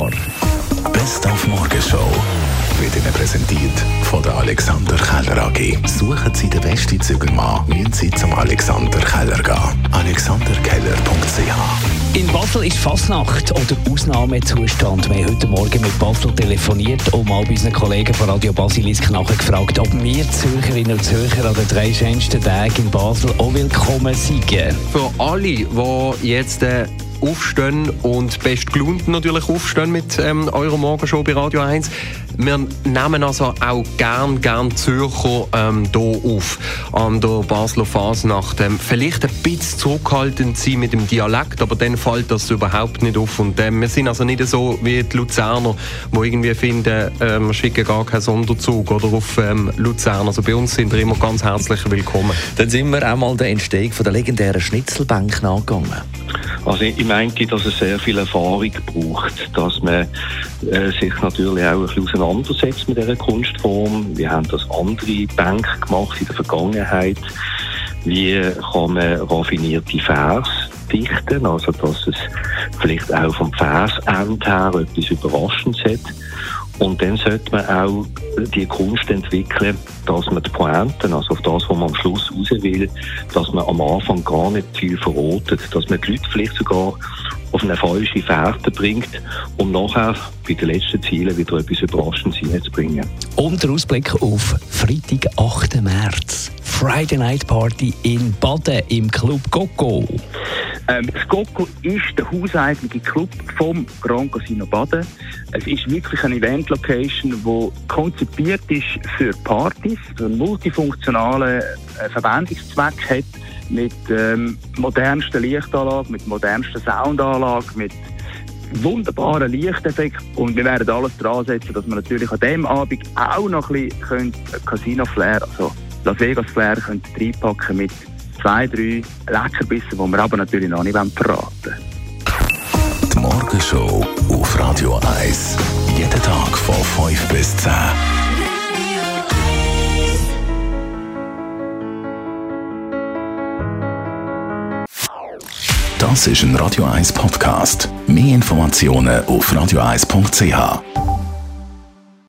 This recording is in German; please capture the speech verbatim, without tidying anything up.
Jahr. Best auf Morgenshow wird Ihnen präsentiert von der Alexander Keller A G. Suchen Sie den besten Zügelmann, müssen Sie zum Alexander Keller gehen. alexander keller punkt c h. In Basel ist Fasnacht oder Ausnahmezustand. Wir haben heute Morgen mit Basel telefoniert und mal bei unseren Kollegen von Radio Basilisk nachgefragt, ob wir Zürcherinnen und Zürcher an den drei schönsten Tagen in Basel auch willkommen sind. Für alle, die jetzt äh, aufstehen und bestgelaunt natürlich aufstehen mit ähm, eurer Morgenshow bei Radio eins. Wir nehmen also auch gern, gern Zürcher ähm, hier auf an der Basler Fasnacht. Ähm, vielleicht ein bisschen zurückhaltend sein mit dem Dialekt, aber dann fällt das überhaupt nicht auf. Und ähm, wir sind also nicht so wie die Luzerner, die irgendwie finden, äh, wir schicken gar keinen Sonderzug oder auf ähm, Luzern. Also bei uns sind wir immer ganz herzlich willkommen. Dann sind wir auch mal der Entstehung von der legendären Schnitzelbank nachgegangen. Also ich meinte, dass es sehr viel Erfahrung braucht, dass man äh, sich natürlich auch ein bisschen auseinandersetzt mit dieser Kunstform. Wir haben das andere Bänke gemacht in der Vergangenheit. Wie kann man raffinierte Vers dichten, also dass es vielleicht auch vom Versende her etwas Überraschendes hat. Und dann sollte man auch die Kunst entwickeln, dass man die Pointen, also auf das, was man am Schluss raus will, dass man am Anfang gar nicht viel verrotet, dass man die Leute vielleicht sogar auf eine falsche Fährte bringt, um nachher bei den letzten Zielen wieder etwas Überraschendes hineinzubringen. Und der Ausblick auf Freitag, achten März. Friday Night Party in Baden im Club Coco. Ähm, das Coco ist der hauseigene Club vom Grand Casino Baden. Es ist wirklich eine Event-Location, die konzipiert ist für Partys, einen multifunktionalen äh, Verwendungszweck hat, mit ähm, modernsten Lichtanlagen, mit modernsten Soundanlagen, mit wunderbaren Lichteffekten. Und wir werden alles dran setzen, dass wir natürlich an diesem Abend auch noch ein bisschen Casino-Flair, also Las Vegas-Flair, reinpacken mit zwei, drei Leckerbissen, die wir aber natürlich noch nicht verraten wollen. Die Morgenshow auf Radio eins. Jeden Tag von fünf bis zehn. Das ist ein Radio eins Podcast. Mehr Informationen auf radio eins punkt c h.